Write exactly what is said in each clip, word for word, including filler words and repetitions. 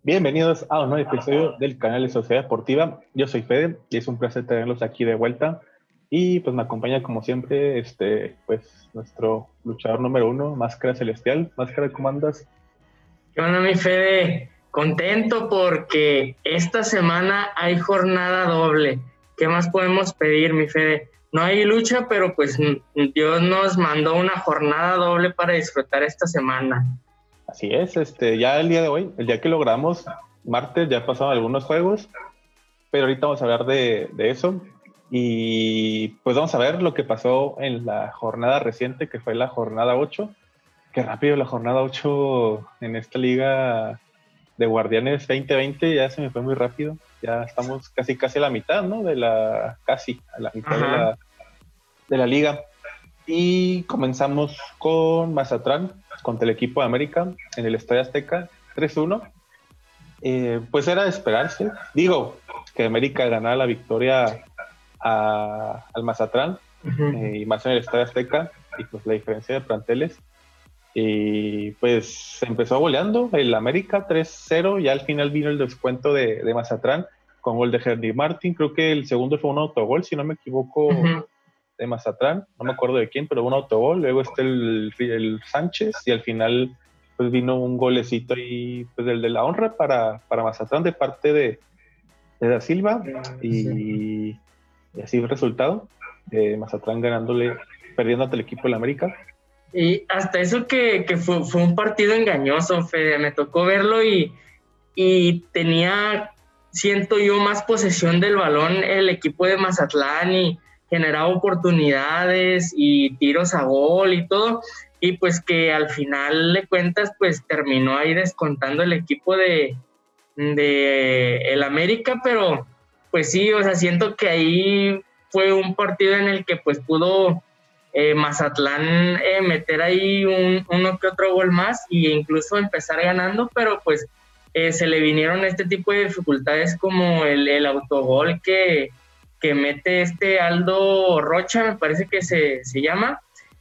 Bienvenidos a un nuevo episodio del canal de Sociedad Deportiva. Yo soy Fede y es un placer tenerlos aquí de vuelta. Y pues me acompaña como siempre, este, pues nuestro luchador número uno, Máscara Celestial. Máscara, ¿cómo andas? ¿Qué onda, mi Fede? Contento porque esta semana hay jornada doble. ¿Qué más podemos pedir, mi Fede? No hay lucha, pero pues Dios nos mandó una jornada doble para disfrutar esta semana. Así es, este, ya el día de hoy, el día que logramos, martes, ya pasaron algunos juegos, pero ahorita vamos a hablar de, de eso. Y pues vamos a ver lo que pasó en la jornada reciente, que fue la jornada ocho. Qué rápido la jornada ocho en esta liga de Guardianes veinte veinte, ya se me fue muy rápido. Ya estamos casi casi a la mitad, ¿no? De la, casi a la mitad de la, de la liga. Y comenzamos con Mazatlán contra el equipo de América en el Estadio Azteca, tres uno. Eh, pues era de esperarse. Digo, que América ganara la victoria a, al Mazatlán, uh-huh. eh, y más en el Estadio Azteca, y pues la diferencia de planteles. Y pues se empezó goleando el América tres cero, ya al final vino el descuento de, de Mazatlán con gol de Henry Martin. Creo que el segundo fue un autogol, si no me equivoco, uh-huh. de Mazatlán, no me acuerdo de quién, pero un autogol. Luego está el, el Sánchez y al final pues vino un golecito y pues el de la honra para, para Mazatlán de parte de, de Da Silva, y, y así el resultado de Mazatlán ganándole, perdiendo ante el equipo del América. Y hasta eso que, que fue, fue un partido engañoso, Fede, me tocó verlo y, y tenía, siento yo, más posesión del balón el equipo de Mazatlán y generaba oportunidades y tiros a gol y todo, y pues que al final de cuentas pues terminó ahí descontando el equipo de, de el América, pero pues sí, o sea, siento que ahí fue un partido en el que pues pudo Eh, Mazatlán eh, meter ahí un, uno que otro gol más e incluso empezar ganando, pero pues eh, se le vinieron este tipo de dificultades como el, el autogol que, que mete este Aldo Rocha, me parece que se, se llama,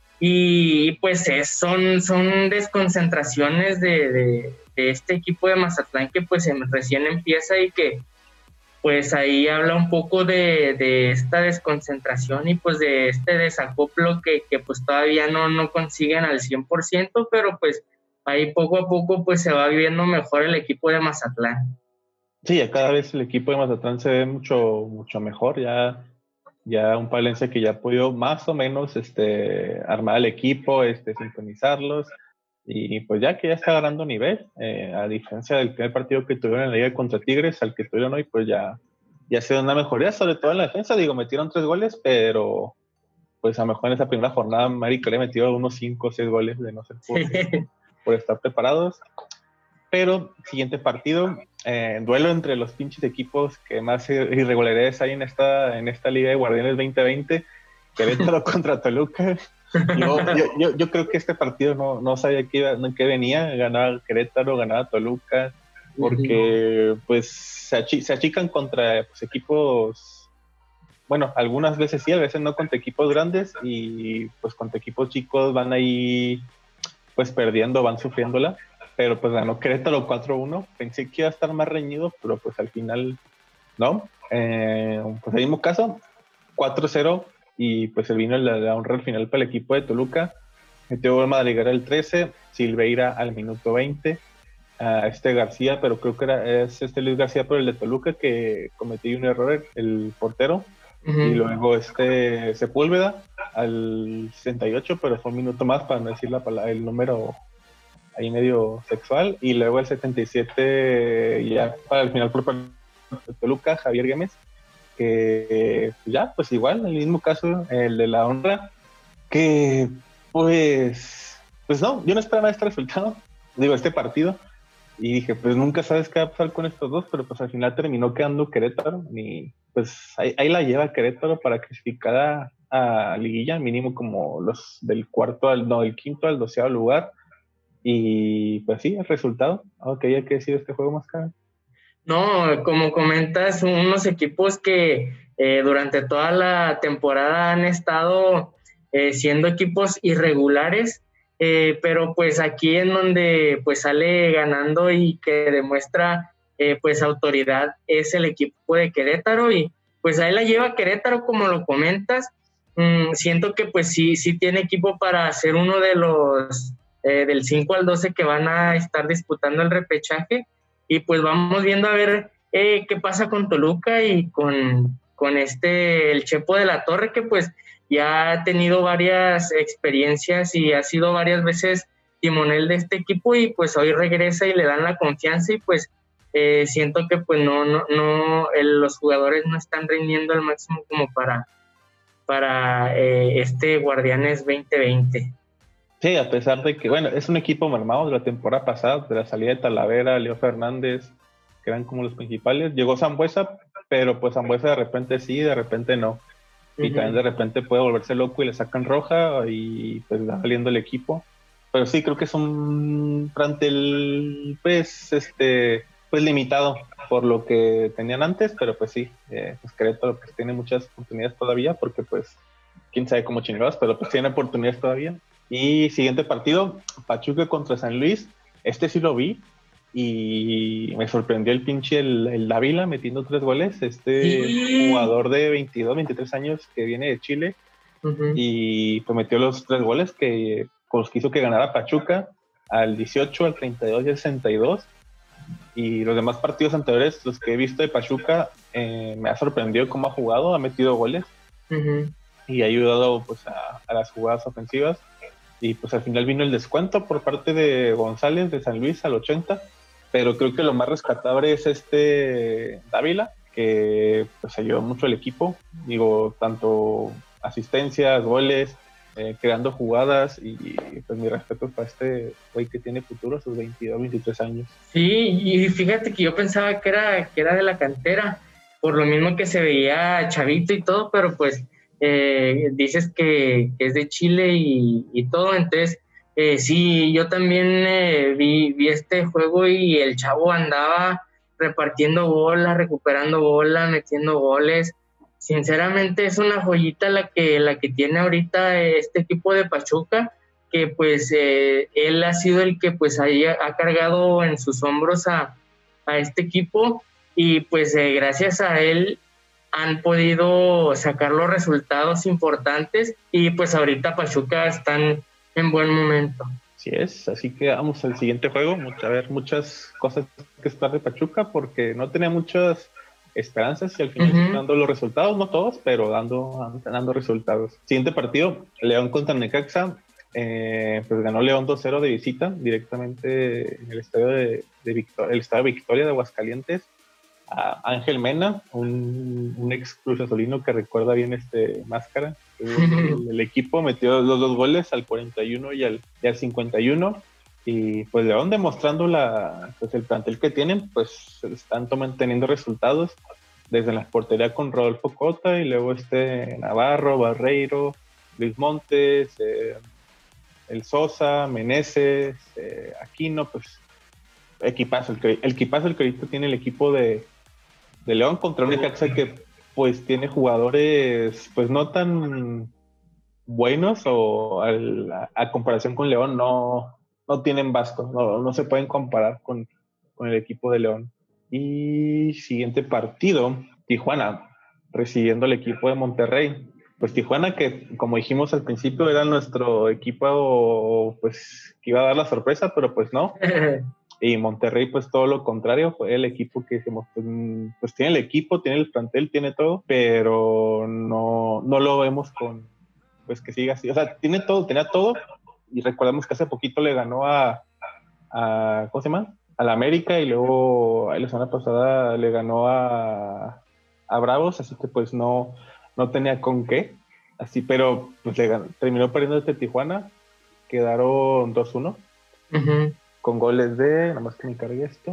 y pues es, son, son desconcentraciones de, de, de este equipo de Mazatlán que pues recién empieza y que pues ahí habla un poco de, de esta desconcentración y pues de este desacoplo que, que pues todavía no, no consiguen al cien por ciento, pero pues ahí poco a poco pues se va viendo mejor el equipo de Mazatlán. Sí, ya cada vez el equipo de Mazatlán se ve mucho, mucho mejor, ya, ya un Palencia que ya ha podido más o menos este, armar el equipo, este, sintonizarlos, y pues ya que ya está agarrando nivel, eh, a diferencia del primer partido que tuvieron en la Liga contra Tigres, al que tuvieron hoy, pues ya, ya ha sido una mejoría, sobre todo en la defensa. Digo, metieron tres goles, pero pues a lo mejor en esa primera jornada América le metió unos cinco o seis goles, de no ser por, por estar preparados. Pero siguiente partido, eh, duelo entre los pinches equipos que más irregularidades hay en esta, en esta Liga de Guardianes veinte veinte, Querétaro contra Toluca. Yo, yo, yo, yo creo que este partido no, no sabía qué, iba, qué venía, ganaba Querétaro, ganaba Toluca, porque pues se, achi, se achican contra pues, equipos, bueno, algunas veces sí, a veces no, contra equipos grandes, y pues contra equipos chicos van ahí pues perdiendo, van sufriéndola, pero pues ganó Querétaro cuatro uno. Pensé que iba a estar más reñido, pero pues al final no. Eh, pues el mismo caso, cuatro cero, y pues se vino la, la honra al final para el equipo de Toluca. Metió gol Madrigal al trece, Silveira al minuto veinte, a este García, pero creo que era es este Luis García por el de Toluca, que cometió un error, el portero, uh-huh. Y luego este Sepúlveda al sesenta y ocho, pero fue un minuto más para no decir la palabra, el número ahí medio sexual, y luego el setenta y siete ya para el final por Toluca, Javier Gómez, que ya, pues igual, el mismo caso, el de la honra, que pues, pues no, yo no esperaba este resultado, digo, este partido, y dije, pues nunca sabes qué va a pasar con estos dos, pero pues al final terminó quedando Querétaro, y pues ahí, ahí la lleva Querétaro para clasificar a, a liguilla, mínimo como los del cuarto al, no, del quinto al doceavo lugar, y pues sí, el resultado, aunque haya que decir este juego más caro. No, como comentas, unos equipos que eh, durante toda la temporada han estado eh, siendo equipos irregulares, eh, pero pues aquí en donde pues sale ganando y que demuestra eh, pues autoridad es el equipo de Querétaro y pues ahí la lleva Querétaro como lo comentas. Mm, siento que pues sí, sí tiene equipo para ser uno de los eh, del cinco al doce que van a estar disputando el repechaje y pues vamos viendo a ver eh, qué pasa con Toluca y con, con este, el Chepo de la Torre, que pues ya ha tenido varias experiencias y ha sido varias veces timonel de este equipo y pues hoy regresa y le dan la confianza y pues eh, siento que pues no, no, no el, los jugadores no están rindiendo al máximo como para, para eh, este Guardianes veinte veinte. Sí, a pesar de que, bueno, es un equipo mermado de la temporada pasada, de la salida de Talavera, Leo Fernández, que eran como los principales. Llegó Sambuesa, pero pues Sambuesa de repente sí, de repente no. Y uh-huh. también de repente puede volverse loco y le sacan roja y pues va saliendo el equipo. Pero sí, creo que es un plantel, pues, este, pues limitado por lo que tenían antes, pero pues sí, eh, pues Querétaro pues tiene muchas oportunidades todavía, porque pues, quién sabe cómo chingados, pero pues tiene oportunidades todavía. Y siguiente partido, Pachuca contra San Luis. Este sí lo vi y me sorprendió el pinche el, el Dávila metiendo tres goles. Este sí. Jugador de veintidós, veintitrés años que viene de Chile uh-huh. y pues metió los tres goles que, con los que hizo que ganara Pachuca al dieciocho, al treinta y dos y al sesenta y dos. Y los demás partidos anteriores, los que he visto de Pachuca, eh, me ha sorprendido cómo ha jugado, ha metido goles uh-huh. y ha ayudado pues a, a las jugadas ofensivas. Y pues al final vino el descuento por parte de González de San Luis al ochenta, pero creo que lo más rescatable es este Dávila, que pues ayudó mucho al equipo, digo, tanto asistencias, goles, eh, creando jugadas, y pues mi respeto para este güey que tiene futuro a sus veintidós, veintitrés años. Sí, y fíjate que yo pensaba que era, que era de la cantera, por lo mismo que se veía chavito y todo, pero pues Eh, dices que, que es de Chile y, y todo, entonces eh, sí, yo también eh, vi, vi este juego y el chavo andaba repartiendo bolas, recuperando bolas, metiendo goles. Sinceramente es una joyita la que, la que tiene ahorita este equipo de Pachuca, que pues eh, él ha sido el que pues ahí ha, ha cargado en sus hombros a, a este equipo y pues eh, gracias a él han podido sacar los resultados importantes y pues ahorita Pachuca están en buen momento. Así es, así que vamos al siguiente juego, a ver muchas cosas que esperar de Pachuca porque no tenía muchas esperanzas y al final uh-huh. están dando los resultados, no todos, pero dando, dando resultados. Siguiente partido, León contra Necaxa, eh, pues ganó León dos cero de visita directamente en el estadio de, de Victoria, el estadio Victoria de Aguascalientes. A Ángel Mena, un, un ex Cruz Azulino que recuerda bien este Máscara. El, el equipo metió los dos goles al cuarenta y uno y al, y al cincuenta y uno. Y pues León demostrando la, pues el plantel que tienen, pues están teniendo resultados desde la portería con Rodolfo Cota y luego este Navarro, Barreiro, Luis Montes, eh, el Sosa, Meneses, eh, Aquino, pues equipazo. El, el equipazo el que ahorita tiene el equipo de de León contra un Necaxa que pues tiene jugadores pues no tan buenos o al, a, a comparación con León no, no tienen basto, no, no se pueden comparar con, con el equipo de León. Y siguiente partido, Tijuana recibiendo al equipo de Monterrey. Pues Tijuana, que como dijimos al principio era nuestro equipo pues que iba a dar la sorpresa, pero pues no. Y Monterrey, pues todo lo contrario, fue el equipo que dijimos, pues, pues tiene el equipo, tiene el plantel, tiene todo, pero no, no lo vemos con, pues que siga así. O sea, tiene todo, tenía todo, y recordemos que hace poquito le ganó a, a ¿cómo se llama? A la América, y luego la semana pasada le ganó a, a Bravos, así que pues no, no tenía con qué, así, pero pues le ganó, terminó perdiendo este Tijuana, quedaron dos uno. Uh-huh. Con goles de, nada más que me cargue esto,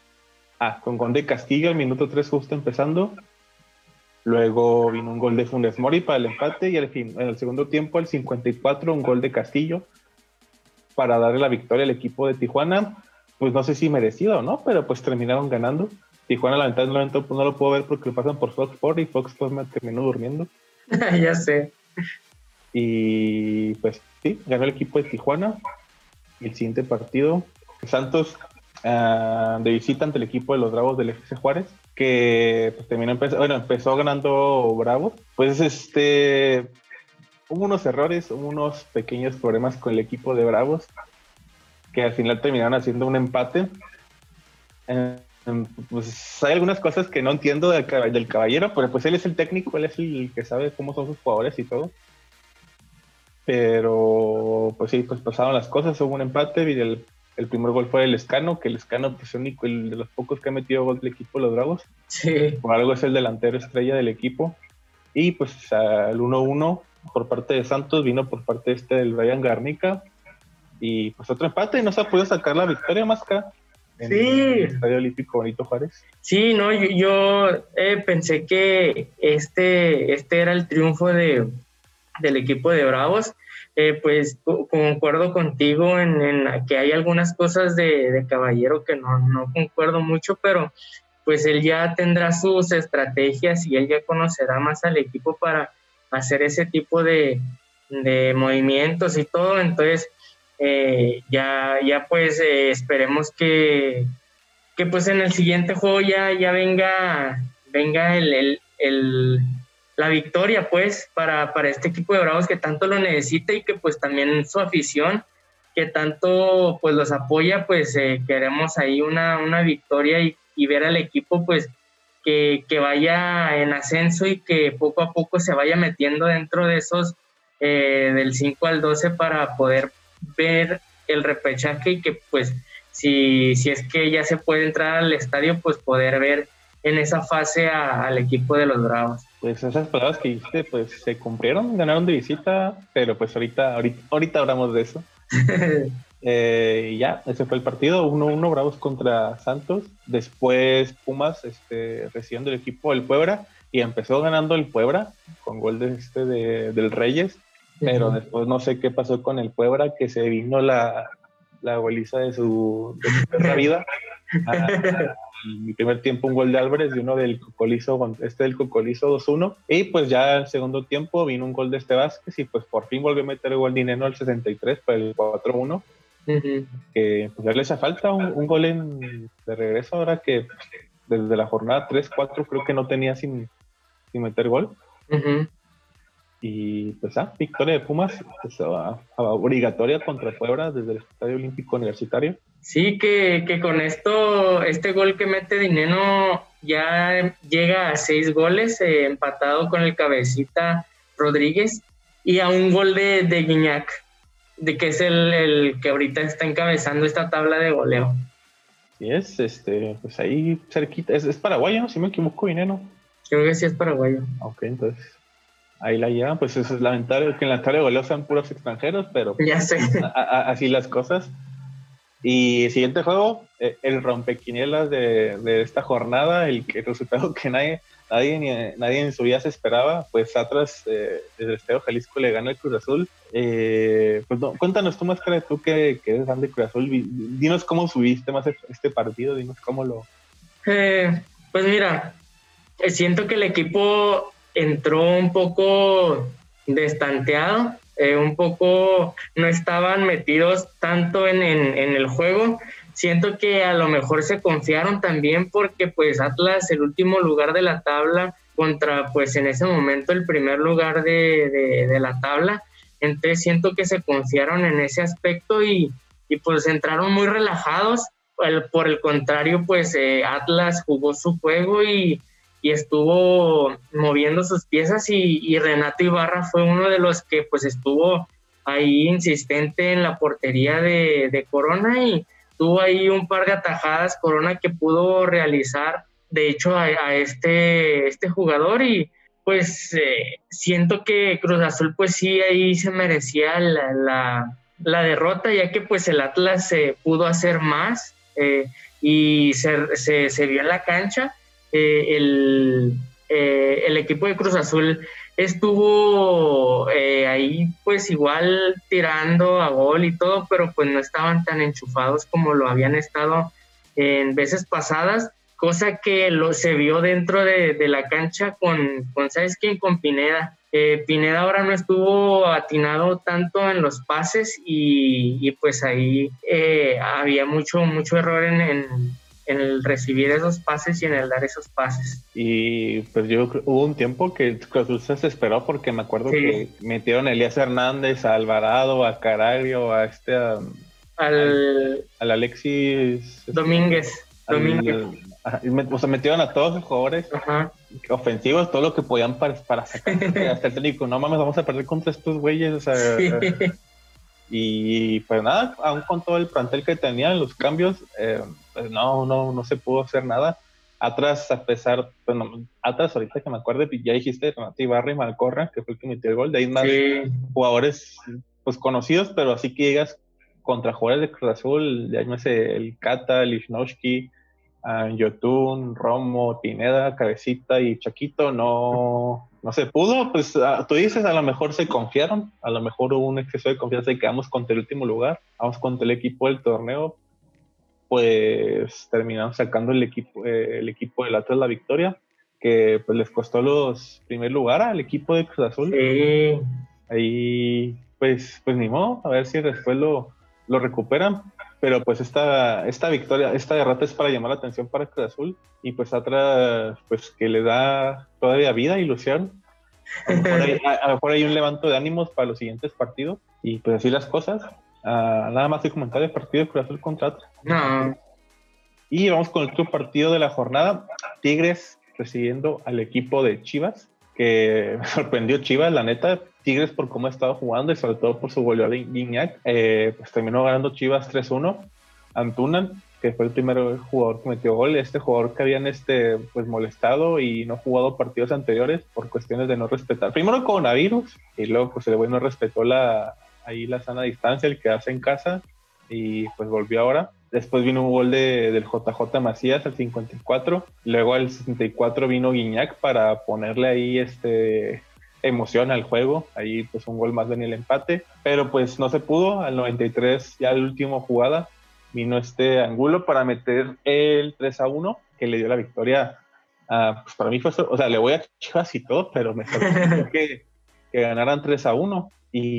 ah, con gol de Castillo al minuto tres justo empezando, luego vino un gol de Funes Mori para el empate y al fin, en el segundo tiempo al cincuenta y cuatro un gol de Castillo para darle la victoria al equipo de Tijuana, pues no sé si merecido o no, pero pues terminaron ganando. Tijuana lamentablemente pues no lo puedo ver porque lo pasan por Fox Sports y Fox Sports me terminó durmiendo. Ya sé. Y pues sí, ganó el equipo de Tijuana. El siguiente partido, Santos uh, de visita ante el equipo de los Bravos del F C Juárez, que pues, terminó empezó, bueno, empezó ganando Bravos. Pues este hubo unos errores, hubo unos pequeños problemas con el equipo de Bravos, que al final terminaron haciendo un empate. Eh, pues hay algunas cosas que no entiendo del, del Caballero, pero pues él es el técnico, él es el que sabe cómo son sus jugadores y todo. Pero pues sí, pues pasaron las cosas, hubo un empate y el, el primer gol fue el Lescano, que el Lescano pues es único, el de los pocos que ha metido gol del equipo de los Bravos. Sí. Por algo es el delantero estrella del equipo. Y pues el uno uno por parte de Santos vino por parte este del Brian Garnica. Y pues otro empate y no se ha podido sacar la victoria más acá en Sí. el Estadio Olímpico Benito Juárez. Sí, no, yo, yo eh, pensé que este, este era el triunfo de, del equipo de Bravos. Eh, pues co- concuerdo contigo en, en que hay algunas cosas de, de Caballero que no, no concuerdo mucho, pero pues él ya tendrá sus estrategias y él ya conocerá más al equipo para hacer ese tipo de, de movimientos y todo. Entonces eh, ya, ya pues eh, esperemos que, que pues en el siguiente juego ya, ya venga, venga el, el, el, la victoria pues para, para este equipo de Bravos que tanto lo necesita y que pues también su afición que tanto pues los apoya, pues eh, queremos ahí una, una victoria y, y ver al equipo pues que, que vaya en ascenso y que poco a poco se vaya metiendo dentro de esos eh, del cinco al doce para poder ver el repechaje y que pues si, si es que ya se puede entrar al estadio, pues poder ver en esa fase a, al equipo de los Bravos. Pues esas palabras que dijiste pues se cumplieron, ganaron de visita, pero pues ahorita, ahorita, ahorita hablamos de eso. Eh, y ya, ese fue el partido, uno uno Bravos contra Santos. Después Pumas este, recibiendo el equipo del Puebla y empezó ganando el Puebla con gol de este de, del Reyes, pero uh-huh. Después no sé qué pasó con el Puebla, que se vino la, la goliza de su, de su perra vida. En mi primer tiempo un gol de Álvarez y uno del Cocolizo, este del Cocolizo dos uno, y pues ya el segundo tiempo vino un gol de este Vázquez y pues por fin volvió a meter el gol de Dineno al sesenta y tres para el cuatro uno. Uh-huh. Que pues ya le hace falta un, un gol en, de regreso ahora que pues, desde la jornada tres cuatro creo que no tenía sin, sin meter gol. Uh-huh. Y pues ah, victoria de Pumas pues, a, a obligatoria contra Puebla desde el Estadio Olímpico Universitario. Sí, que, que con esto, este gol que mete Dineno ya llega a seis goles, eh, empatado con el Cabecita Rodríguez y a un gol de, de Guiñac, de que es el, el que ahorita está encabezando esta tabla de goleo. Sí es, este, pues ahí cerquita, es, es paraguayo, ¿no? Si me equivoco, Dineno. Creo que sí es paraguayo. Ok, entonces ahí la llevan, pues eso es lamentable, que en la tabla de goleo sean puros extranjeros, pero ya sé. A, a, así las cosas. Y el siguiente juego, el rompequinielas de, de esta jornada, el, el resultado que nadie, nadie, nadie en su vida se esperaba, pues Atlas eh, desde el Estadio Jalisco le gana el Cruz Azul. Eh, pues no, cuéntanos tú, Máscara, tú que, que eres fan de Cruz Azul, dinos cómo subiste más este partido, dinos cómo lo... Eh, pues mira, siento que el equipo entró un poco destanteado. Eh, un poco no estaban metidos tanto en, en, en el juego. Siento que a lo mejor se confiaron también porque pues Atlas, el último lugar de la tabla contra pues en ese momento el primer lugar de, de, de la tabla. Entonces siento que se confiaron en ese aspecto y, y pues entraron muy relajados. El, por el contrario, pues eh, Atlas jugó su juego y y estuvo moviendo sus piezas y, y Renato Ibarra fue uno de los que pues estuvo ahí insistente en la portería de, de Corona y tuvo ahí un par de atajadas Corona que pudo realizar de hecho a, a este, este jugador y pues eh, siento que Cruz Azul pues sí ahí se merecía la, la, la derrota ya que pues el Atlas eh, pudo hacer más eh, y se, se, se vio en la cancha. Eh, el, eh, el equipo de Cruz Azul estuvo eh, ahí pues igual tirando a gol y todo, pero pues no estaban tan enchufados como lo habían estado en veces pasadas, cosa que lo, se vio dentro de, de la cancha con, con, ¿sabes quién? Con Pineda. Eh, Pineda ahora no estuvo atinado tanto en los pases y, y pues ahí eh, había mucho, mucho error en, en, en el recibir esos pases y en el dar esos pases. Y pues yo hubo un tiempo que Cruz Azul se desesperó porque me acuerdo sí. que metieron a Elías Hernández, a Alvarado, a Caraglio, a este a, al, al, al Alexis Domínguez. Al, Domínguez. A, o sea, metieron a todos los jugadores Ajá. ofensivos, todo lo que podían para, para sacar hasta el técnico. No mames, vamos a perder contra estos güeyes. O sea, sí. Y pues nada, aún con todo el plantel que tenían, los cambios, eh, pues no, no, no se pudo hacer nada. Atrás, a pesar, bueno, atrás ahorita que me acuerdo, ya dijiste Renato Ibarra y Malcorra, que fue el que metió el gol, de ahí más sí. jugadores pues conocidos, pero así que llegas contra jugadores de Cruz Azul, ya no sé, el Cata, Lichnowsky, uh, Yotun, Romo, Pineda, Cabecita y Chaquito, no, no se pudo. Pues uh, tú dices, a lo mejor se confiaron, a lo mejor hubo un exceso de confianza y quedamos contra el último lugar, vamos contra el equipo del torneo, pues terminamos sacando el equipo, eh, el equipo del Atlas la victoria, que pues les costó los primer lugar al equipo de Cruz Azul. Sí. Ahí pues, pues ni modo, a ver si después lo, lo recuperan, pero pues esta, esta victoria, esta derrota es para llamar la atención para Cruz Azul, y pues Atlas pues que le da todavía vida, ilusión. A lo mejor hay, a lo mejor hay un levanto de ánimos para los siguientes partidos, y pues así las cosas. Uh, nada más de comentar el partido de Cruz Azul contra Atlas. No. Y vamos con el otro partido de la jornada, Tigres recibiendo al equipo de Chivas, que me sorprendió Chivas, la neta. Tigres por cómo ha estado jugando y sobre todo por su goleador de Gignac, eh, pues terminó ganando Chivas tres uno. Antuna, que fue el primer jugador que metió gol, este jugador que habían este, pues molestado y no jugado partidos anteriores por cuestiones de no respetar, primero coronavirus, y luego pues el güey no respetó la, ahí la sana distancia, el quedarse en casa, y pues volvió ahora. Después vino un gol de, del J J Macías al cincuenta y cuatro, luego al sesenta y cuatro vino Gignac para ponerle ahí este emoción al juego, ahí pues un gol más en el empate, pero pues no se pudo. Al noventa y tres, ya la última jugada, vino este Angulo para meter el tres a uno, que le dio la victoria. Uh, pues para mí fue, o sea, le voy a Chivas y todo, pero me sorprendió que, que ganaran tres a uno.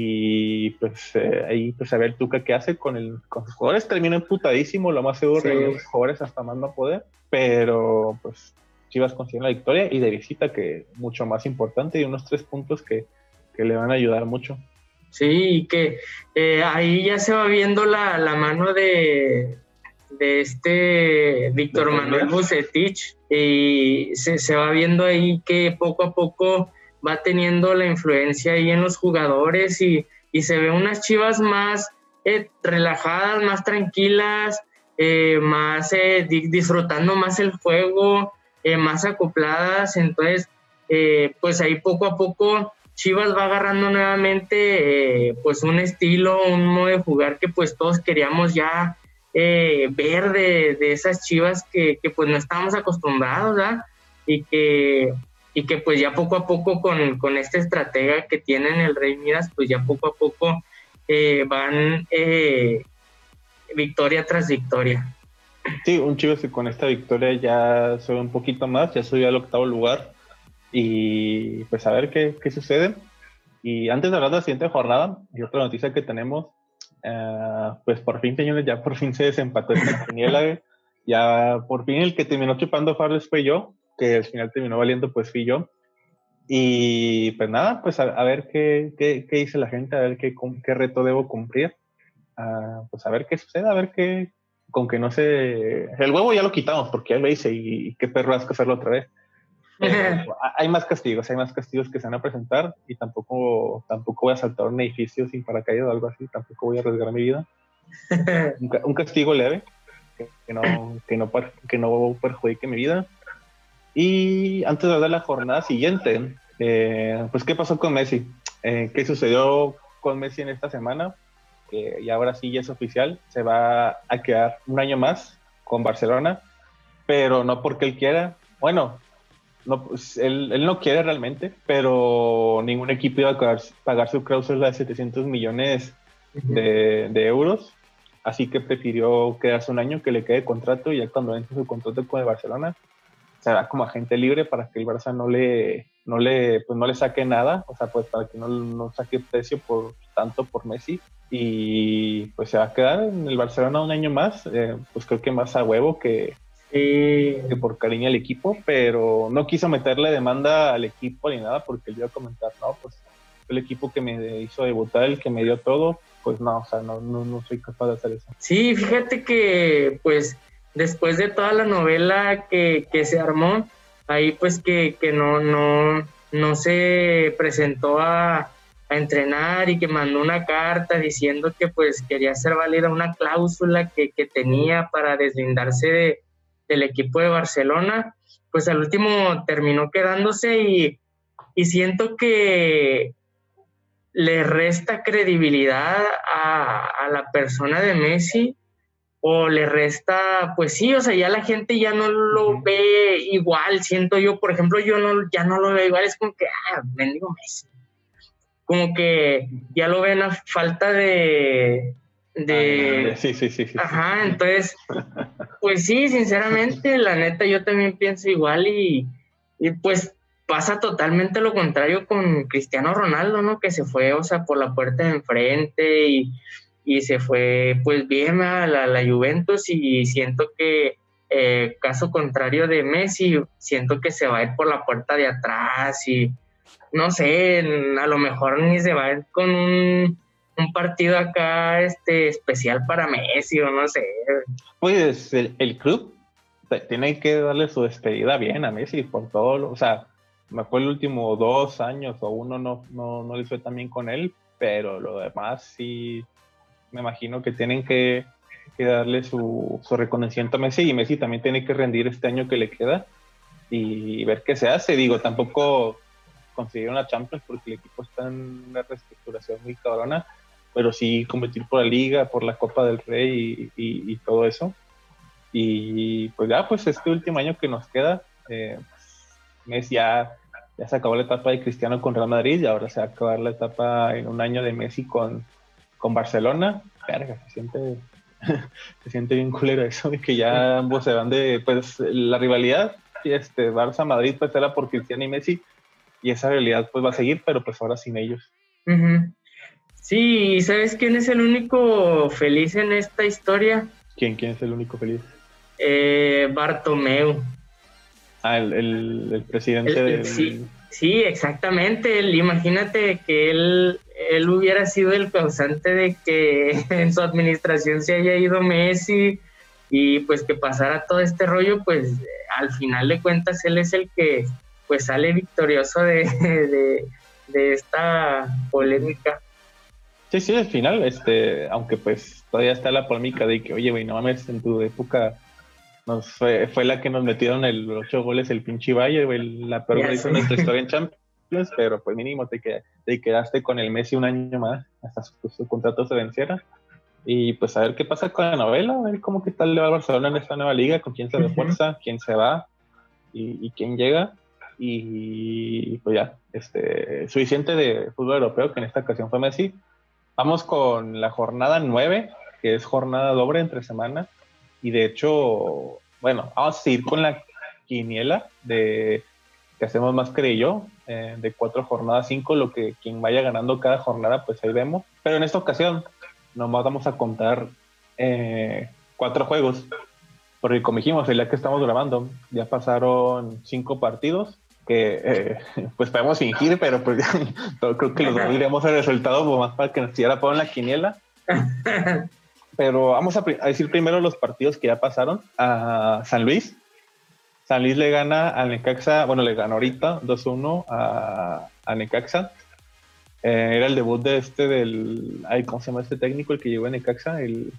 Y pues eh, ahí pues a ver Tuca qué hace con, el, con sus jugadores. Terminó emputadísimo, lo más seguro, sí. Los jugadores hasta más no poder, pero pues Chivas consigue la victoria y de visita, que mucho más importante, y unos tres puntos que, que le van a ayudar mucho. Sí, y que eh, ahí ya se va viendo la, la mano de, de este Víctor Manuel Vucetich, y se, se va viendo ahí que poco a poco va teniendo la influencia ahí en los jugadores, y, y se ve unas Chivas más eh, relajadas, más tranquilas, eh, más eh, di- disfrutando más el juego, eh, más acopladas. Entonces eh, pues ahí poco a poco Chivas va agarrando nuevamente eh, pues un estilo, un modo de jugar que pues todos queríamos ya eh, ver de, de esas Chivas que, que pues no estábamos acostumbrados, ¿verdad? Y que y que pues ya poco a poco con, con esta estratega que tienen el Rey Midas, pues ya poco a poco eh, van eh, victoria tras victoria. Sí, un Chivas que con esta victoria ya sube un poquito más, ya subió al octavo lugar, y pues a ver qué, qué sucede. Y antes de hablar de la siguiente jornada, y otra noticia que tenemos, uh, pues por fin, señores, ya por fin se desempató esta quiniela. Ya por fin el que terminó chupando farles fue yo, que al final terminó valiendo, pues fui yo. Y pues nada, pues a, a ver qué, qué, qué dice la gente, a ver qué, qué reto debo cumplir. Uh, pues a ver qué sucede, a ver qué, con que no se... El huevo ya lo quitamos porque ya lo hice, y, y qué perro asco hacerlo otra vez. Eh, hay más castigos, hay más castigos que se van a presentar, y tampoco, tampoco voy a saltar un edificio sin paracaídas o algo así, tampoco voy a arriesgar mi vida. Un, un castigo leve, que, que, no, que, no, que no perjudique mi vida. Y antes de hablar de la jornada siguiente, eh, pues ¿qué pasó con Messi? Eh, ¿Qué sucedió con Messi en esta semana? Que ya ahora sí ya es oficial, se va a quedar un año más con Barcelona, pero no porque él quiera. Bueno, no, pues él, él no quiere realmente, pero ningún equipo iba a pagar, pagar su cláusula de setecientos millones de, de euros, así que prefirió quedarse un año, que le quede contrato, y ya cuando entre su contrato con el Barcelona se va como agente libre para que el Barça no le, no le, pues no le saque nada, o sea, pues para que no, no saque precio por tanto por Messi, y pues se va a quedar en el Barcelona un año más, eh, pues creo que más a huevo que, Sí. que por cariño al equipo, pero no quiso meterle demanda al equipo ni nada, porque le iba a comentar, no, pues el equipo que me hizo debutar, el que me dio todo, pues no, o sea, no, no, no soy capaz de hacer eso. Sí, fíjate que pues después de toda la novela que, que se armó, ahí pues que, que no, no, no se presentó a, a entrenar, y que mandó una carta diciendo que pues quería hacer válida una cláusula que, que tenía para deslindarse de, del equipo de Barcelona, pues al último terminó quedándose, y, y siento que le resta credibilidad a, a la persona de Messi, o le resta, pues sí, o sea, ya la gente ya no lo uh-huh. ve igual, siento yo, por ejemplo, yo no, ya no lo veo igual, es como que, ah, bendigo Messi, como que ya lo ven a falta de, de, ah, sí, sí, sí, sí, ajá, sí. Entonces, pues sí, sinceramente, la neta, yo también pienso igual, y, y pues pasa totalmente lo contrario con Cristiano Ronaldo, ¿no? Que se fue, o sea, por la puerta de enfrente, y y se fue pues bien a la, la Juventus, y siento que eh, caso contrario de Messi, siento que se va a ir por la puerta de atrás, y no sé, a lo mejor ni se va a ir con un, un partido acá este especial para Messi, o no sé. Pues el, el club tiene que darle su despedida bien a Messi por todo, lo, o sea, me fue el último dos años o uno no, no, no le fue tan bien con él, pero lo demás sí me imagino que tienen que, que darle su, su reconocimiento a Messi, y Messi también tiene que rendir este año que le queda y ver qué se hace. Digo, tampoco conseguir una Champions porque el equipo está en una reestructuración muy cabrona, pero sí competir por la Liga, por la Copa del Rey y, y, y todo eso. Y pues ya, pues este último año que nos queda, eh, Messi ya, ya se acabó la etapa de Cristiano con Real Madrid, y ahora se va a acabar la etapa en un año de Messi con con Barcelona. Verga, se siente se siente bien culero eso, de que ya ambos se van de, pues la rivalidad este Barça-Madrid pues era por Cristiano y Messi, y esa realidad pues va a seguir, pero pues ahora sin ellos. Uh-huh. Sí, ¿sabes quién es el único feliz en esta historia? ¿Quién, quién es el único feliz? Eh, Bartomeu. Ah, el, el, el presidente el, el, del... Sí, sí, exactamente. Él, imagínate que él, él hubiera sido el causante de que en su administración se haya ido Messi, y pues que pasara todo este rollo, pues al final de cuentas él es el que pues sale victorioso de, de, de esta polémica. Sí, sí, al final, este, aunque pues todavía está la polémica de que, oye, güey, no mames, en tu época nos fue, fue la que nos metieron el ocho goles el pinche Valle, güey, la peor vez de nuestra historia en Champions, pero pues mínimo te, qued, te quedaste con el Messi un año más hasta su, su contrato se venciera. Y pues a ver qué pasa con la novela, a ver cómo qué tal le va a Barcelona en esta nueva liga, con quién se refuerza, uh-huh. quién se va y, y quién llega. Y pues ya, este, suficiente de fútbol europeo, que en esta ocasión fue Messi. Vamos con la jornada nueve, que es jornada doble entre semana. Y de hecho, bueno, vamos a ir con la quiniela de que hacemos más que yo, eh, de cuatro jornadas, cinco, lo que quien vaya ganando cada jornada, pues ahí vemos. Pero en esta ocasión, nomás vamos a contar eh, cuatro juegos, porque como dijimos, el día que estamos grabando, ya pasaron cinco partidos, que eh, pues podemos fingir, pero pues creo que los dos diremos el resultado pues, más para que nos tirara por la quiniela. Pero vamos a, a decir primero los partidos que ya pasaron. A San Luis. San Luis le gana a Necaxa, bueno, le ganó ahorita dos uno a, a Necaxa. Eh, era el debut de este del... Ay, ¿cómo se llama este técnico? El que llegó a Necaxa, el...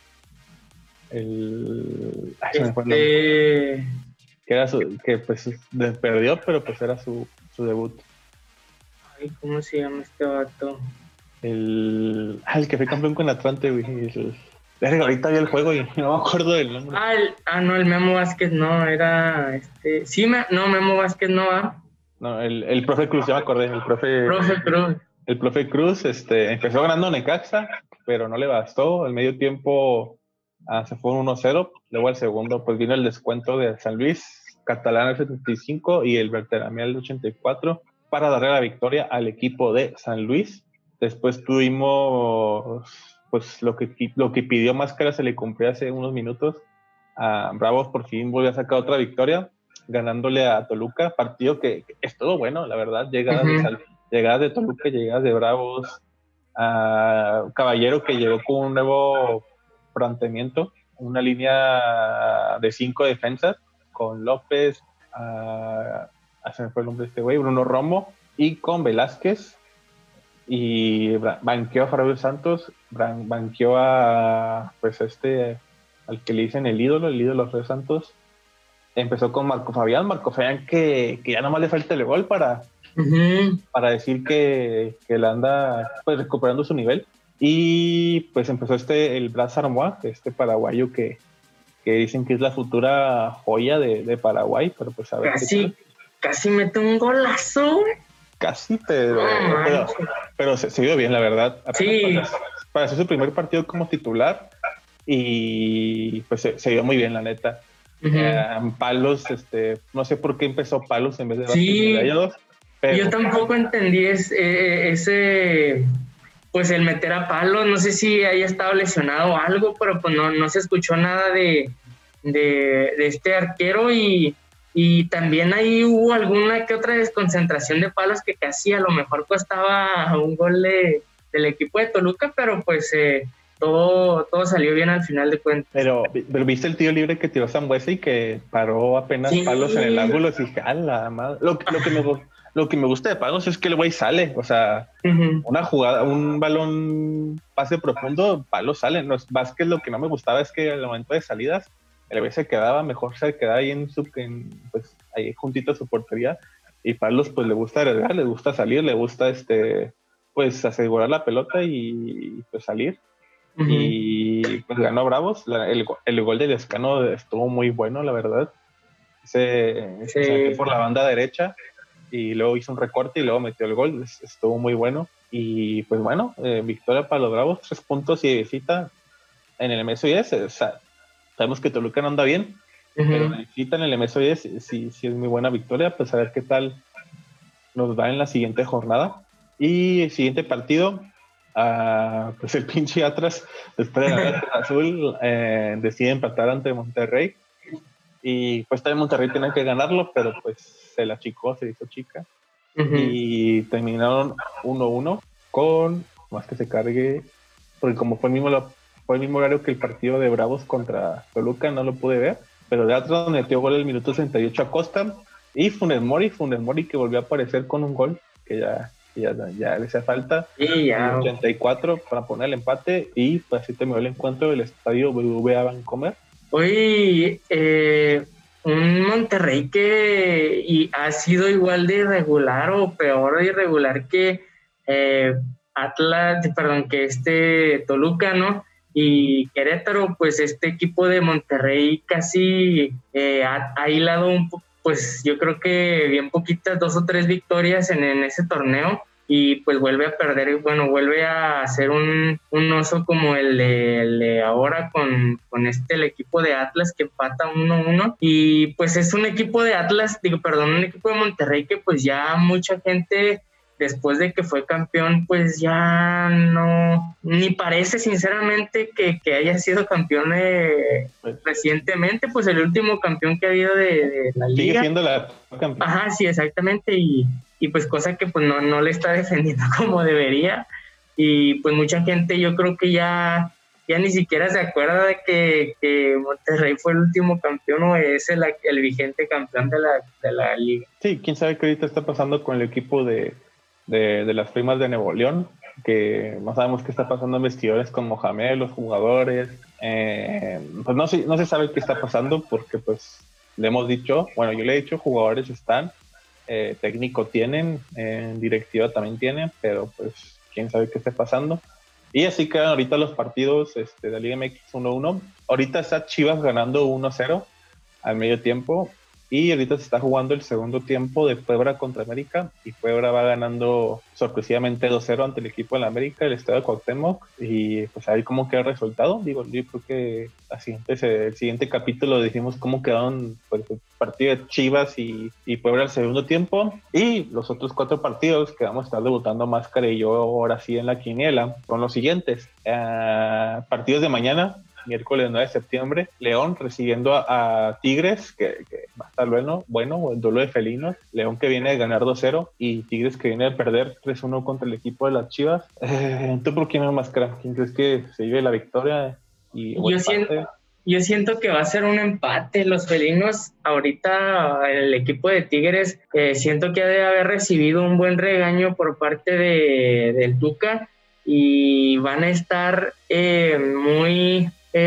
el ay, se me fue el nombre. Que era su... Que pues perdió, pero pues era su, su debut. Ay, ¿cómo se llama este vato? El... Ah, el que fue campeón con Atlante, güey. El... Ahorita vi el juego y no me acuerdo del nombre. Ah, el, ah no, el Memo Vázquez no, era este... Sí, me, no, Memo Vázquez no va. No, el, el profe Cruz, ya me acordé, el profe... Profe Cruz. El profe Cruz este, empezó ganando Necaxa, pero no le bastó. Al medio tiempo ah, se fue uno cero. Luego al segundo pues vino el descuento de San Luis, Catalán al setenta y cinco y el Berterame al ochenta y cuatro. para darle la victoria al equipo de San Luis. Después tuvimos pues lo que, lo que pidió Máscara, se le cumplió hace unos minutos. A Bravos por fin volvió a sacar otra victoria, ganándole a Toluca, partido que, que es todo bueno, la verdad. Llegadas, uh-huh. de, llegadas de Toluca, llegadas de Bravos, a Caballero, que llegó con un nuevo planteamiento, una línea de cinco defensas, con López, a, a se me fue el nombre de este güey, Bruno Romo, y con Velázquez, y banqueó a Fabio Santos, banqueó a pues este, al que le dicen el ídolo, el ídolo de Santos. Empezó con Marco Fabián, Marco Fabián que, que ya nomás le falta el gol para, uh-huh. para decir que, que le anda pues recuperando su nivel. Y pues empezó este, el Blas Armoa, este paraguayo que, que dicen que es la futura joya de, de Paraguay, pero pues a ver. Casi, casi mete un golazo. Casi, pero, oh, pero, pero se, se vio bien, la verdad. Sí. Para, para hacer su primer partido como titular, y pues se, se vio muy bien, la neta. Uh-huh. Eh, Palos, este, no sé por qué empezó Palos en vez de sí. Rayados. Pero... Yo tampoco entendí ese, ese, pues el meter a Palos, no sé si haya estado lesionado o algo, pero pues no, no se escuchó nada de, de, de este arquero y, y también ahí hubo alguna que otra desconcentración de Palos que casi a lo mejor costaba un gol de, del equipo de Toluca, pero pues... Eh, Todo, todo salió bien al final de cuentas. Pero, pero viste el tiro libre que tiró Sambuesa y que paró apenas sí. Palos en el ángulo. Y dije, ¡ala madre! Lo, lo, que me, lo que me gusta de Palos es que el güey sale. O sea, uh-huh. una jugada, un balón pase profundo, Palos sale. No, Vázquez lo que no me gustaba es que al momento de salidas, el güey se quedaba, mejor se quedaba ahí en su, en, pues, ahí juntito a su portería. Y Palos, pues le gusta arriesgar, le gusta salir, le gusta este, pues asegurar la pelota y pues salir. Uh-huh. Y pues ganó Bravos. La, el, el gol de Lescano estuvo muy bueno, la verdad. Se, sí. se metió por la banda derecha y luego hizo un recorte y luego metió el gol. Estuvo muy bueno. Y pues bueno, eh, victoria para los Bravos, tres puntos y de visita en el M S diez. O sea, sabemos que Toluca no anda bien, uh-huh. pero la visita en el M S diez sí, sí es muy buena victoria. Pues a ver qué tal nos va en la siguiente jornada. Y el siguiente partido. Uh, pues el pinche Atlas, después de ganar el Azul, eh, decide empatar ante Monterrey. Y pues también Monterrey tenía que ganarlo, pero pues se la achicó, se hizo chica. Uh-huh. Y terminaron uno uno con, más que se cargue, porque como fue el mismo, fue el mismo horario que el partido de Bravos contra Toluca, no lo pude ver. Pero de Atlas metió gol el minuto sesenta y ocho a Costa. Y Funes Mori, Funes Mori que volvió a aparecer con un gol que ya. Ya, ya le hacía falta sí, ya. ochenta y cuatro para poner el empate y pues así terminó el encuentro del estadio B B V A Bancomer. Oye, eh, un Monterrey que y ha sido igual de irregular o peor de irregular que eh, Atlas, perdón, que este Toluca, ¿no? Y Querétaro, pues este equipo de Monterrey casi eh, ha, ha hilado un poco. Pues yo creo que bien poquitas, dos o tres victorias en, en ese torneo y pues vuelve a perder, bueno, vuelve a hacer un, un oso como el de, el de ahora con, con este, el equipo de Atlas que empata uno uno y pues es un equipo de Atlas, digo, perdón, un equipo de Monterrey que pues ya mucha gente después de que fue campeón, pues ya no, ni parece sinceramente que, que haya sido campeón eh, recientemente, pues el último campeón que ha habido de, de la liga. Sigue siendo la campeón. Ajá, sí, exactamente, y, y pues cosa que pues no, no le está defendiendo como debería, y pues mucha gente yo creo que ya, ya ni siquiera se acuerda de que, que Monterrey fue el último campeón o es el, el vigente campeón de la, de la liga. Sí, quién sabe qué ahorita está pasando con el equipo de De, de las primas de Nuevo León, que no sabemos qué está pasando en vestidores con Mohamed, los jugadores, eh, pues no, no se sabe qué está pasando porque pues le hemos dicho, bueno yo le he dicho, jugadores están, eh, técnico tienen, eh, directiva también tienen, pero pues quién sabe qué está pasando. Y así quedan ahorita los partidos este, de la Liga M X uno uno. Ahorita está Chivas ganando uno cero al medio tiempo. Y ahorita se está jugando el segundo tiempo de Puebla contra América, y Puebla va ganando sorpresivamente dos cero ante el equipo de la América, el estadio de Cuauhtémoc, y pues ahí cómo queda el resultado. Digo, yo creo que así, pues, el siguiente capítulo decimos cómo quedaron, pues, el partido de Chivas y, y Puebla el segundo tiempo, y los otros cuatro partidos que vamos a estar debutando Máscara y yo ahora sí en la quiniela son los siguientes. Uh, partidos de mañana, miércoles nueve de septiembre, León recibiendo a, a Tigres, que, que va a estar bueno, bueno, el duelo de felinos. León que viene de ganar dos cero y Tigres que viene de perder tres uno contra el equipo de las Chivas. Eh, ¿Tú por quién es Máscara? ¿Quién crees que se lleve la victoria? Y, yo, siento, yo siento que va a ser un empate. Los felinos, ahorita el equipo de Tigres, eh, siento que ha de haber recibido un buen regaño por parte de, del Tuca, y van a estar eh, muy...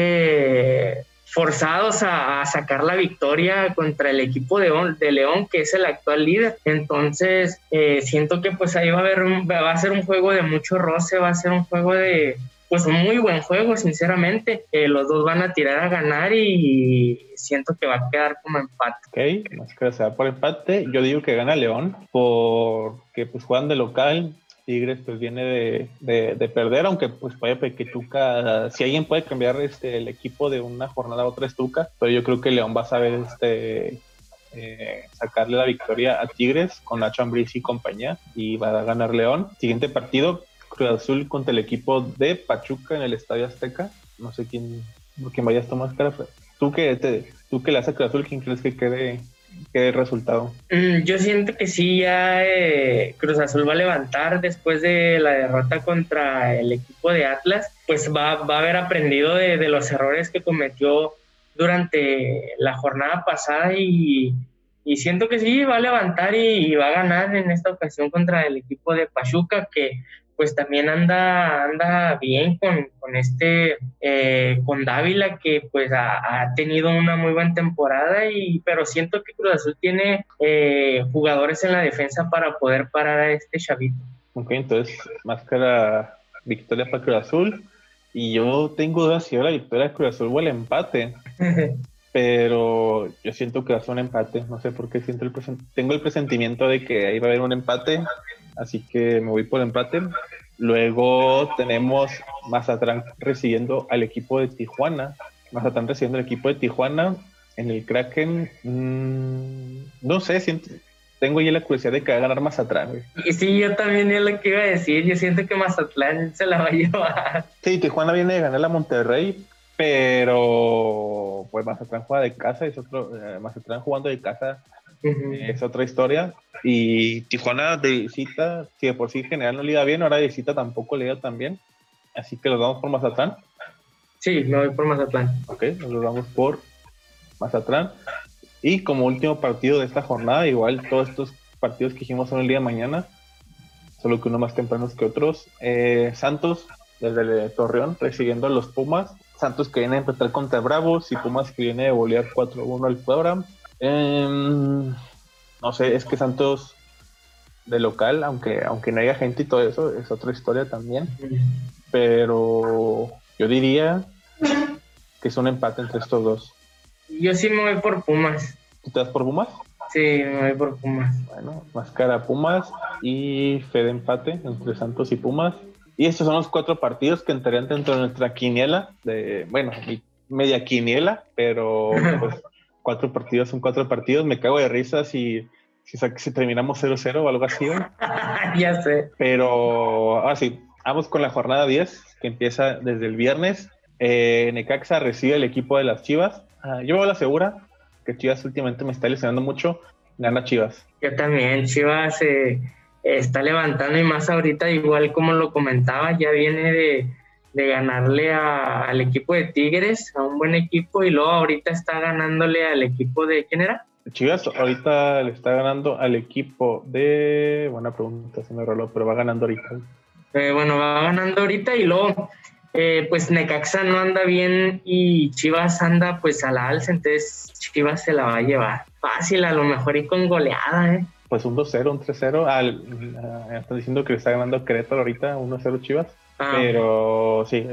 Eh, forzados a, a sacar la victoria contra el equipo de, de León, que es el actual líder. Entonces eh, siento que pues ahí va a haber un, va a ser un juego de mucho roce, va a ser un juego de pues un muy buen juego, sinceramente. Eh, los dos van a tirar a ganar y siento que va a quedar como empate. Ok, más que sea por empate. Yo digo que gana León porque pues juegan de local. Tigres pues viene de, de, de perder, aunque pues puede que Tuca, si alguien puede cambiar este el equipo de una jornada a otra es Tuca, pero yo creo que León va a saber este eh, sacarle la victoria a Tigres con Nacho Ambriz y compañía, y va a ganar León. Siguiente partido, Cruz Azul contra el equipo de Pachuca en el Estadio Azteca. No sé quién, por quién vayas a tomar cara, pero tú que te, tú que le haces a Cruz Azul, ¿quién crees que quede ¿qué resultado? Mm, yo siento que sí, ya eh, Cruz Azul va a levantar después de la derrota contra el equipo de Atlas, pues va, va a haber aprendido de, de los errores que cometió durante la jornada pasada, y, y siento que sí, va a levantar y, y va a ganar en esta ocasión contra el equipo de Pachuca, que pues también anda, anda bien con, con este, eh, con Dávila, que pues ha, ha tenido una muy buena temporada, y, pero siento que Cruz Azul tiene eh, jugadores en la defensa para poder parar a este chavito. Ok, entonces, Máscara, victoria para Cruz Azul, y yo tengo dudas si era la victoria de Cruz Azul o el empate, pero yo siento que va a ser un empate, no sé por qué siento el present- tengo el presentimiento de que ahí va a haber un empate, así que me voy por empate. Luego tenemos Mazatlán recibiendo al equipo de Tijuana. Mazatlán recibiendo al equipo de Tijuana en el Kraken. Mmm, no sé, siento, tengo ya la curiosidad de que va a ganar Mazatlán, güey. Y sí, yo también es lo que iba a decir. Yo siento que Mazatlán se la va a llevar. Sí, Tijuana viene de ganar a Monterrey, pero pues Mazatlán juega de casa, es otro, eh, Mazatlán jugando de casa. Uh-huh. Es otra historia. Y Tijuana de visita, si de por sí en general no le iba bien, ahora de visita tampoco le iba tan bien. Así que los vamos por Mazatlán. Sí, me voy por Mazatlán. Ok, nos vamos por Mazatlán. Y como último partido de esta jornada, igual todos estos partidos que dijimos son el día de mañana, solo que uno más tempranos que otros. Eh, Santos, desde Torreón, recibiendo a los Pumas. Santos que viene a empatar contra Bravos y Pumas que viene de golear cuatro uno al Puebla. Eh, no sé, es que Santos de local, aunque, aunque no haya gente y todo eso, es otra historia también. Pero yo diría que es un empate entre estos dos. Yo sí me voy por Pumas. ¿Tú te das por Pumas? Sí, me voy por Pumas. Bueno, Máscara Pumas y fe de empate entre Santos y Pumas. Y estos son los cuatro partidos que entrarían dentro de nuestra quiniela, de, bueno, media quiniela, pero pues cuatro partidos son cuatro partidos. Me cago de risa si, si, si terminamos cero cero o algo así. Ya sé. Pero ahora sí, vamos con la jornada diez, que empieza desde el viernes. Eh, Necaxa recibe el equipo de las Chivas. Uh, yo me voy a la segura, que Chivas últimamente me está lesionando mucho. Gana Chivas. Yo también, Chivas eh, está levantando, y más ahorita, igual como lo comentaba, ya viene de, de ganarle a, al equipo de Tigres, a un buen equipo, y luego ahorita está ganándole al equipo de, ¿quién era? Chivas ahorita le está ganando al equipo de, buena pregunta, se me roló, pero va ganando ahorita. Eh, bueno, va ganando ahorita, y luego eh, pues Necaxa no anda bien y Chivas anda pues a la alza, entonces Chivas se la va a llevar fácil, a lo mejor y con goleada, ¿eh? Pues un dos cero, un tres cero, al, uh, están diciendo que le está ganando Querétaro ahorita, uno cero Chivas, ah, pero sí,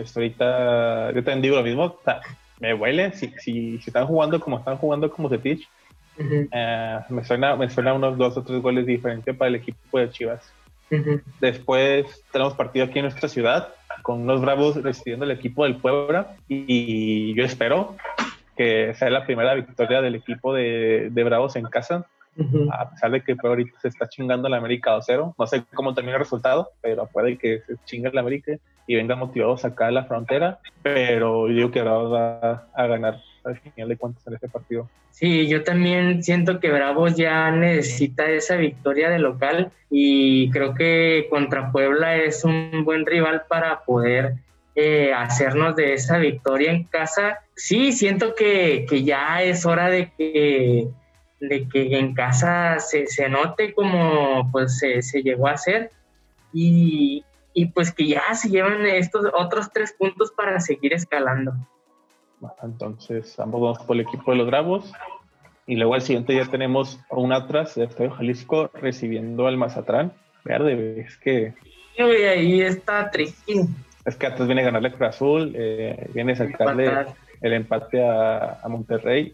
ahorita yo también digo lo mismo, o sea, me huele, si, si, si están jugando como están jugando como Cepich, Uh-huh. Uh, me suena, me suena unos dos o tres goles de diferencia para el equipo de Chivas. Uh-huh. Después tenemos partido aquí en nuestra ciudad con unos Bravos recibiendo el equipo del Puebla y yo espero que sea la primera victoria del equipo de, de Bravos en casa. Uh-huh. A pesar de que ahorita se está chingando la América dos cero, no sé cómo termina el resultado, pero puede que se chingue la América y venga motivados acá a la frontera, pero yo digo que Bravos va a ganar al final de cuentas en este partido. Sí, yo también siento que Bravos ya necesita esa victoria de local y creo que contra Puebla es un buen rival para poder eh, hacernos de esa victoria en casa. Sí, siento que, que ya es hora de que de que en casa se, se note como pues se, se llegó a hacer y, y pues que ya se llevan estos otros tres puntos para seguir escalando. Entonces ambos vamos por el equipo de los Bravos y luego al siguiente ya tenemos un Atlas de Estadio Jalisco recibiendo al Mazatlán. Verde, es que sí, ahí está tricky. Es que Atlas viene a ganarle a Cruz Azul, eh, viene a sacarle Empatar. el empate a, a Monterrey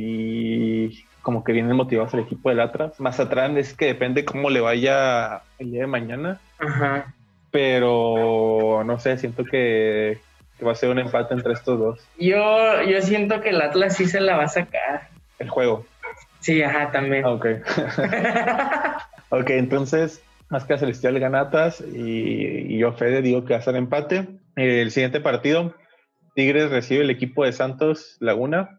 y como que vienen motivados el equipo del Atlas. Mazatlán es que depende cómo le vaya el día de mañana. Ajá. Pero no sé, siento que, que va a ser un empate entre estos dos. Yo, yo siento que el Atlas sí se la va a sacar. El juego. Sí, ajá, también. Ok. Ok, entonces Máscara Celestial gana Atlas y, y yo, Fede, digo que va a ser empate. El siguiente partido, Tigres recibe el equipo de Santos Laguna.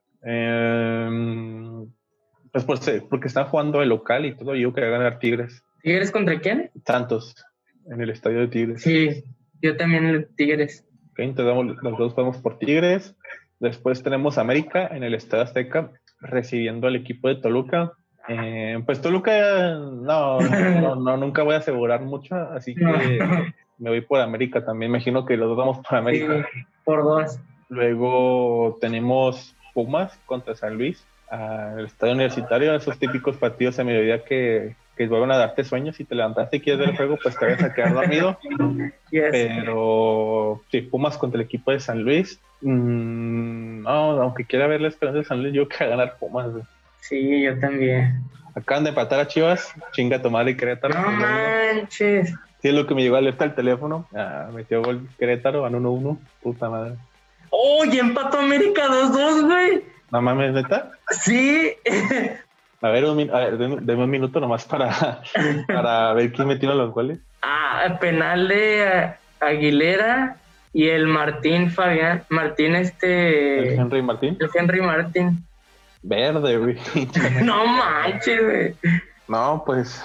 Eh, Pues por ser, porque están jugando el local y todo, yo digo que va a ganar Tigres. ¿Tigres contra quién? Santos, en el estadio de Tigres. Sí, yo también Tigres. Ok, entonces vamos, los dos vamos por Tigres. Después tenemos América en el Estadio Azteca recibiendo al equipo de Toluca. Eh, pues Toluca, no, no, no, nunca voy a asegurar mucho, así que me voy por América también. Me imagino que los dos vamos por América. Sí, por dos. Luego tenemos Pumas contra San Luis. Al estadio universitario, esos típicos partidos a mediodía que, que vuelven a darte sueños y te levantaste y quieres ver el juego, pues te vas a quedar dormido. Yes. Pero sí, Pumas contra el equipo de San Luis. Mm, no, aunque quiera ver la esperanza de San Luis, yo quiero ganar Pumas. Sí, yo también. Acaban de empatar a Chivas, chinga tu madre Querétaro. No manches. Sí, es lo que me llegó alerta al teléfono. Ah, metió gol Querétaro, van uno uno. Puta madre. ¡Oh, y empató América dos dos, güey! No mames, ¿neta? Sí. A ver, un, a ver denme un minuto nomás para, para ver quién metió los goles. Ah, penal de Aguilera y el Martín Fabián, Martín este... ¿El Henry Martín? El Henry Martín. Verde, güey. No manches, güey. No, pues...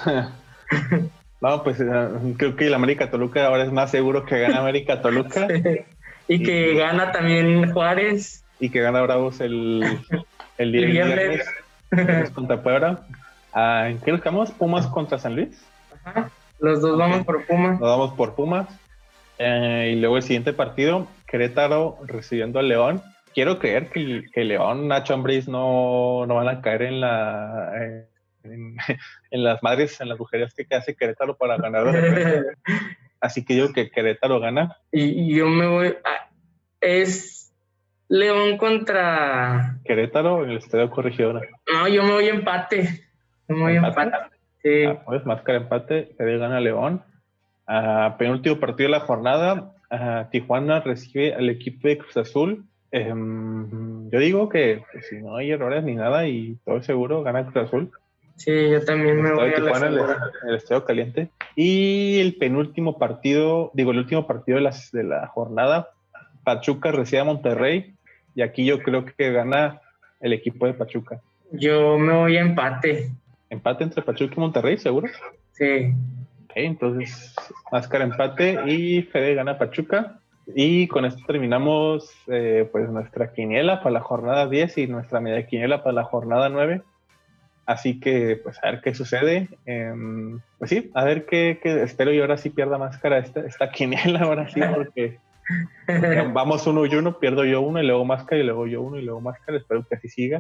No, pues creo que el América Toluca ahora es más seguro que gana América Toluca. Sí. Y que y, gana también Juárez. Y que gana Bravos el, el día viernes, viernes contra Puebla. Ah, ¿en qué nos quedamos? ¿Pumas contra San Luis? Ajá, los dos okay. Vamos por Pumas. Nos vamos por Pumas. Eh, y luego el siguiente partido, Querétaro recibiendo al León. Quiero creer que, que León, Nacho Ambriz no, no van a caer en la... Eh, en, en las madres, en las mujeres que hace Querétaro para ganar de repente. Así que digo que Querétaro gana. Y, y yo me voy... A, es... León contra... Querétaro en el Estadio Corregidora. No, yo me voy empate. Yo me voy empate. empate. Sí. Ah, pues Máscara empate, que gana León. Uh, penúltimo partido de la jornada. Uh, Tijuana recibe al equipo de Cruz Azul. Um, yo digo que pues, si no hay errores ni nada y todo es seguro, gana Cruz Azul. Sí, yo también me voy a Tijuana, el, el Estadio Caliente. Y el penúltimo partido, digo, el último partido de, las, de la jornada, Pachuca recibe a Monterrey. Y aquí yo creo que gana el equipo de Pachuca. Yo me voy a empate. ¿Empate entre Pachuca y Monterrey, seguro? Sí. Ok, entonces Máscara empate y Fede gana Pachuca. Y con esto terminamos eh, pues nuestra quiniela para la jornada diez y nuestra media quiniela para la jornada nueve. Así que pues a ver qué sucede. Eh, pues sí, a ver qué, qué espero y ahora sí pierda Máscara esta, esta quiniela, ahora sí, porque... Vamos uno y uno, pierdo yo uno y luego Máscara y luego yo uno y luego Máscara, espero que así siga.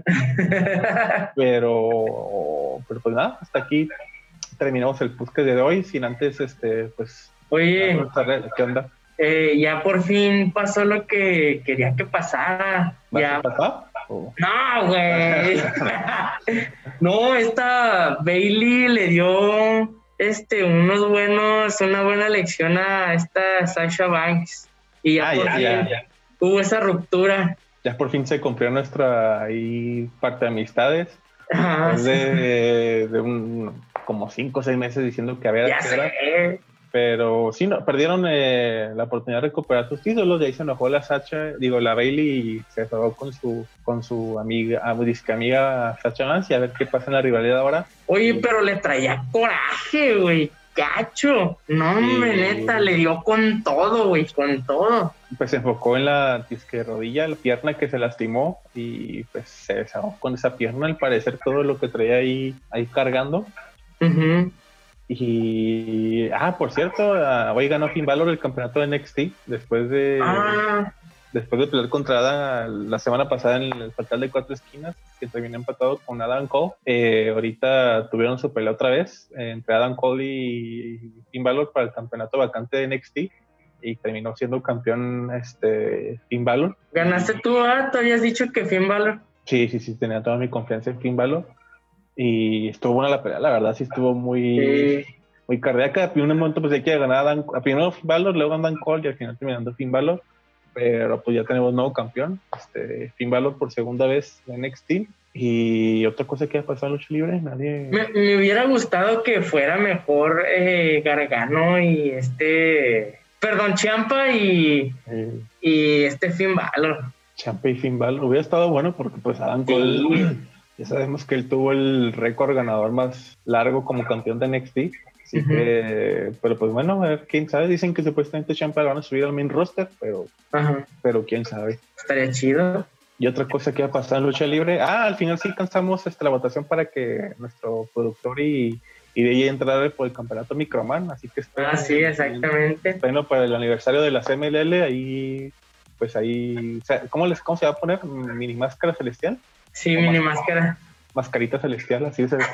Pero, pero pues nada, hasta aquí terminamos el podcast de hoy, sin antes, este, pues... Oye, ¿qué onda? Eh, ya por fin pasó lo que quería que pasara. ¿Vas ya a pasar? O... No, güey. No, esta Bailey le dio este unos buenos, una buena lección a esta Sasha Banks. Y ya Ah, por ya, fin ya, ya. hubo esa ruptura. Ya por fin se cumplió nuestra ahí parte de amistades. Ajá, Después sí. de, de un, como cinco o seis meses diciendo que había Ya que era. sé. Pero sí, no, perdieron eh, la oportunidad de recuperar sus títulos. De ahí se enojó la Sacha, digo, la Bailey, y se enfadó con su, con su amiga, ah, disque amiga Sacha Vance, y a ver qué pasa en la rivalidad ahora. Oye, y, pero le traía coraje, güey. Cacho. No, hombre, y, neta, le dio con todo, güey, con todo. Pues se enfocó en la disque rodilla, la pierna que se lastimó, y pues se desahogó con esa pierna, al parecer todo lo que traía ahí, ahí cargando. Uh-huh. Y, ah, por cierto, uh, hoy ganó Finn Balor el campeonato de N X T después de, Ah, después de pelear contra Adam la semana pasada en el Fatal de Cuatro Esquinas, que terminó empatado con Adam Cole. Eh, ahorita tuvieron su pelea otra vez eh, entre Adam Cole y Finn Balor para el campeonato vacante de N X T, y terminó siendo campeón este Finn Balor. ¿ganaste tú, ah? ¿Tú habías dicho que Finn Balor? Sí, sí, sí, tenía toda mi confianza en Finn Balor. Y estuvo buena la pelea, la verdad, sí estuvo muy, sí. muy cardíaca. En un momento pensé que iba a ganar Dan, primero Finn Balor, luego Dan Cole, y al final terminando Finn Balor. Pero pues ya tenemos nuevo campeón, este, Finn Balor por segunda vez en N X T. Y otra cosa que ha pasado en lucha libre, nadie... Me, me hubiera gustado que fuera mejor eh, Gargano y este... Perdón, Ciampa y, eh, y este Finn Balor. Ciampa y Finn Balor. Hubiera estado bueno porque pues Adam Cole... Sí. Ya sabemos que él tuvo el récord ganador más largo como campeón de N X T. Así uh-huh. que, pero pues bueno, a ver, quién sabe. Dicen que supuestamente Ciampa van a subir al main roster, pero, uh-huh. pero quién sabe. Estaría chido. Y otra cosa que va a pasar en lucha libre. Ah, al final sí cansamos esta, la votación para que nuestro productor y, y de ahí entrar por el campeonato Microman. Así que espero. Ah, sí, exactamente. Espero para el aniversario de la C M L L. Ahí, pues ahí, ¿cómo, les, cómo se va a poner? ¿Mini máscara celestial? Sí, mini máscara. Mascarita celestial, así se ve.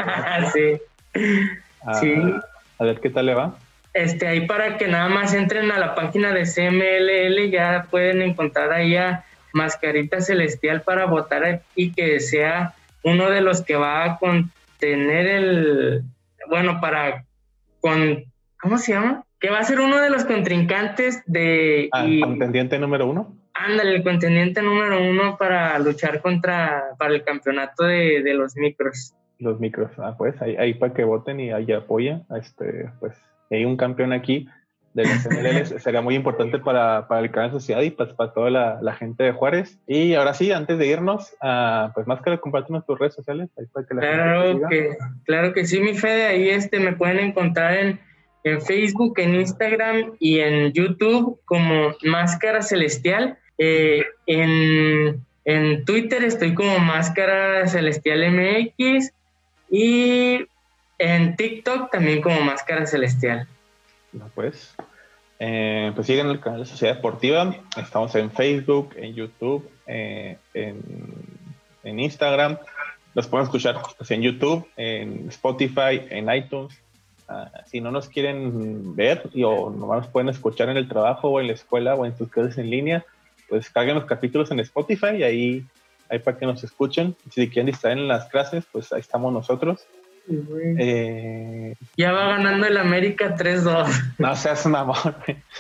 Sí. A, sí. A ver qué tal le va. Este, ahí para que nada más entren a la página de C M L L, ya pueden encontrar ahí a Mascarita Celestial para votar y que sea uno de los que va a contener el, bueno, para, con, ¿cómo se llama? Que va a ser uno de los contrincantes de... Ah, y, contendiente número uno. Ándale, el contendiente número uno para luchar contra, para el campeonato de, de los micros. Los micros, ah, pues ahí, ahí para que voten y ahí apoyen, este, pues hay un campeón aquí de la C M L L, sería muy importante para, para el canal Sociedad y pues para toda la, la gente de Juárez. Y ahora sí, antes de irnos, uh, pues Máscara, compártenos tus redes sociales. Ahí para que la claro, gente que, claro que sí, mi Fede, ahí este, me pueden encontrar en, en Facebook, en Instagram y en YouTube como Máscara Celestial. Eh, en, en Twitter estoy como Máscara Celestial M X y en TikTok también como Máscara Celestial. No, pues, eh, pues sigan el canal de Sociedad Deportiva. Estamos en Facebook, en YouTube, eh, en, en Instagram. Los pueden escuchar pues, en YouTube, en Spotify, en iTunes. Uh, si no nos quieren ver y, o nomás nos pueden escuchar en el trabajo o en la escuela o en sus clases en línea, pues carguen los capítulos en Spotify y ahí, ahí para que nos escuchen. Si quieren distraer en las clases, pues ahí estamos nosotros. Sí. Eh... Ya va ganando el América tres dos. No seas mamón.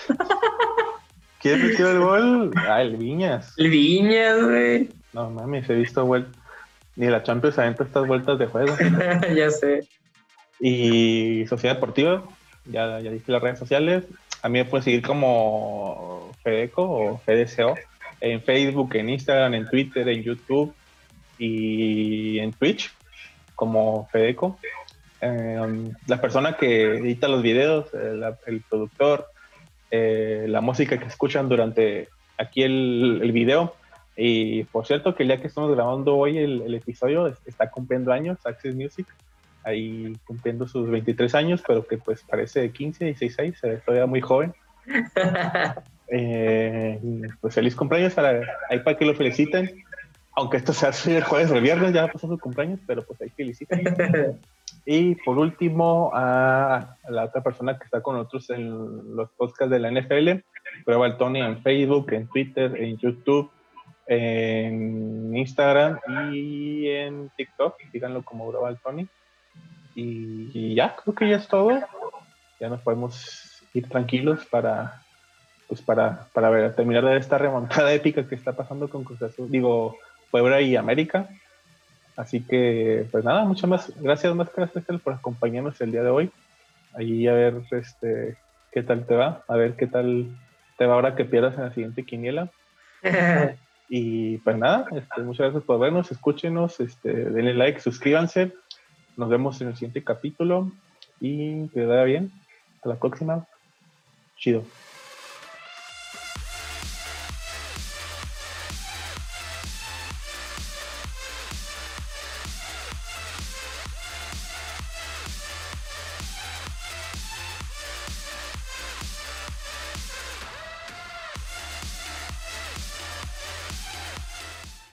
¿Quién metió el gol? Ah, el Viñas. El Viñas, güey. No mames, he visto vueltas. Ni la Champions aventa estas vueltas de juego. Ya sé. Y Sociedad Deportiva, ya, ya dije las redes sociales. A mí me pueden seguir como Fedeco o Fedco en Facebook, en Instagram, en Twitter, en YouTube y en Twitch como Fedeco. Eh, la persona que edita los videos, el, el productor, eh, la música que escuchan durante aquí el, el video. Y por cierto que el día que estamos grabando hoy el, el episodio está cumpliendo años, Access Music. Ahí cumpliendo sus veintitrés años, pero que pues parece de quince, dieciséis, se ve todavía muy joven. eh, pues feliz cumpleaños para, ahí para que lo feliciten, aunque esto sea el jueves o el viernes, ya pasó su cumpleaños, pero pues ahí feliciten. Y por último, a la otra persona que está con nosotros en los podcasts de la N F L, Prueba el Tony en Facebook, en Twitter, en YouTube, en Instagram y en TikTok, díganlo como Global Tony. Y, y ya, creo que ya es todo. Ya nos podemos ir tranquilos para, pues para, para ver, terminar de esta remontada épica que está pasando con Cruz Azul, digo, Puebla y América. Así que, pues nada, muchas más gracias, Máscaras Cristal, por acompañarnos el día de hoy. Ahí a ver este, qué tal te va, a ver qué tal te va ahora que pierdas en la siguiente quiniela. Y pues nada, este, muchas gracias por vernos, escúchenos, este, denle like, suscríbanse. Nos vemos en el siguiente capítulo y que vaya bien. Hasta la próxima. Chido.